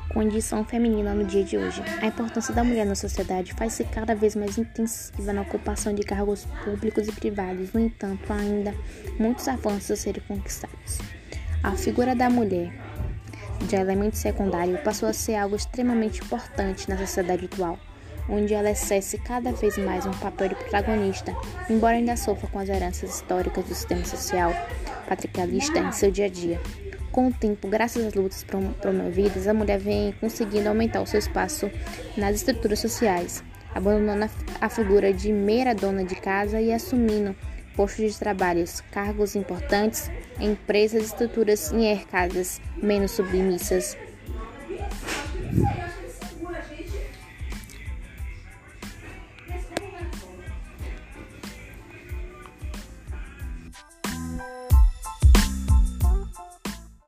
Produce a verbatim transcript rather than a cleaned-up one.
Condição feminina no dia de hoje. A importância da mulher na sociedade faz-se cada vez mais intensiva na ocupação de cargos públicos e privados. No entanto, há ainda muitos avanços a serem conquistados. A figura da mulher, de elemento secundário, passou a ser algo extremamente importante na sociedade atual, onde ela exerce cada vez mais um papel de protagonista, embora ainda sofra com as heranças históricas do sistema social patriarcalista em seu dia a dia. Com o tempo, graças às lutas promovidas, a mulher vem conseguindo aumentar o seu espaço nas estruturas sociais, abandonando a figura de mera dona de casa e assumindo postos de trabalho, cargos importantes em empresas e estruturas hierárquicas menos submissas.